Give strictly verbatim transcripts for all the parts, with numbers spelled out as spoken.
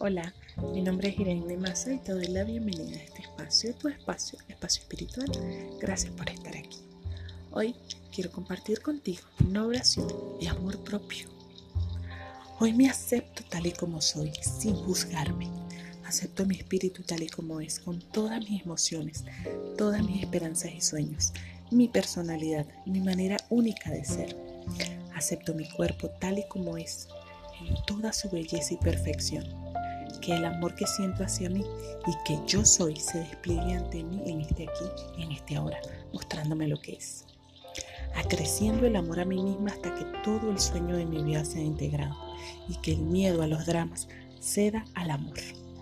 Hola, mi nombre es Irene Maza y te doy la bienvenida a este espacio, tu espacio, espacio espiritual. Gracias por estar aquí. Hoy quiero compartir contigo una oración de amor propio. Hoy me acepto tal y como soy, sin juzgarme. Acepto mi espíritu tal y como es, con todas mis emociones, todas mis esperanzas y sueños, mi personalidad, mi manera única de ser. Acepto mi cuerpo tal y como es, en toda su belleza y perfección. Que el amor que siento hacia mí y que yo soy se despliegue ante mí en este aquí y en este ahora, mostrándome lo que es. Acreciendo el amor a mí misma hasta que todo el sueño de mi vida sea integrado y que el miedo a los dramas ceda al amor.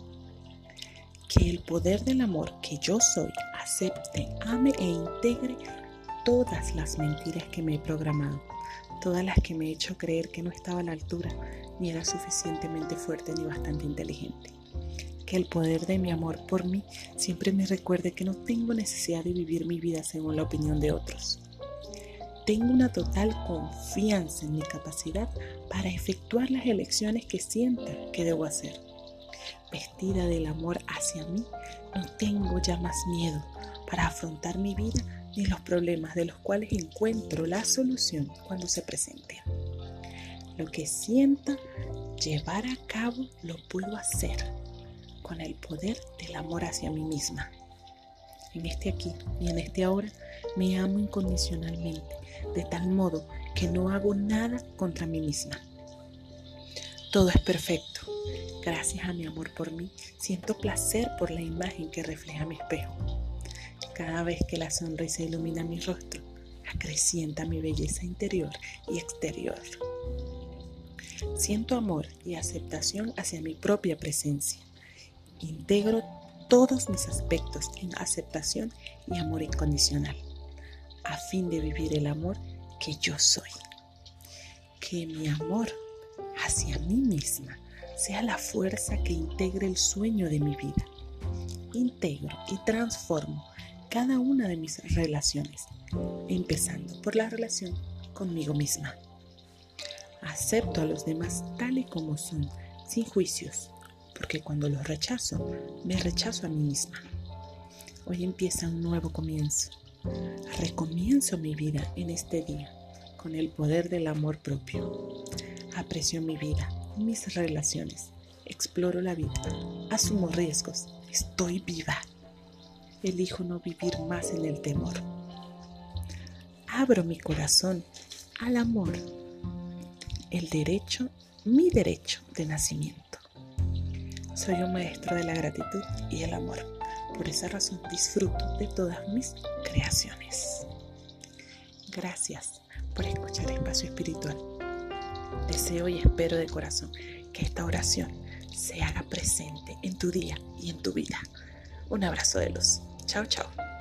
Que el poder del amor que yo soy acepte, ame e integre todas las mentiras que me he programado, todas las que me he hecho creer que no estaba a la altura, ni era suficientemente fuerte ni bastante inteligente. Que el poder de mi amor por mí siempre me recuerde que no tengo necesidad de vivir mi vida según la opinión de otros. Tengo una total confianza en mi capacidad para efectuar las elecciones que sienta que debo hacer. Vestida del amor hacia mí, no tengo ya más miedo para afrontar mi vida ni los problemas de los cuales encuentro la solución cuando se presenten. Lo que sienta llevar a cabo lo puedo hacer con el poder del amor hacia mí misma. En este aquí y en este ahora me amo incondicionalmente, de tal modo que no hago nada contra mí misma. Todo es perfecto. Gracias a mi amor por mí, siento placer por la imagen que refleja mi espejo. Cada vez que la sonrisa ilumina mi rostro, acrecienta mi belleza interior y exterior. Siento amor y aceptación hacia mi propia presencia. Integro todos mis aspectos en aceptación y amor incondicional, a fin de vivir el amor que yo soy. Que mi amor hacia mí misma sea la fuerza que integre el sueño de mi vida. Integro y transformo cada una de mis relaciones, empezando por la relación conmigo misma. Acepto a los demás tal y como son, sin juicios, porque cuando los rechazo, me rechazo a mí misma. Hoy empieza un nuevo comienzo. Recomienzo mi vida en este día con el poder del amor propio. Aprecio mi vida, mis relaciones, exploro la vida, asumo riesgos, estoy viva. Elijo no vivir más en el temor. Abro mi corazón al amor. El derecho, mi derecho de nacimiento. Soy un maestro de la gratitud y el amor. Por esa razón disfruto de todas mis creaciones. Gracias por escuchar Espacio Espiritual. Deseo y espero de corazón que esta oración se haga presente en tu día y en tu vida. Un abrazo de luz. Chao, chao.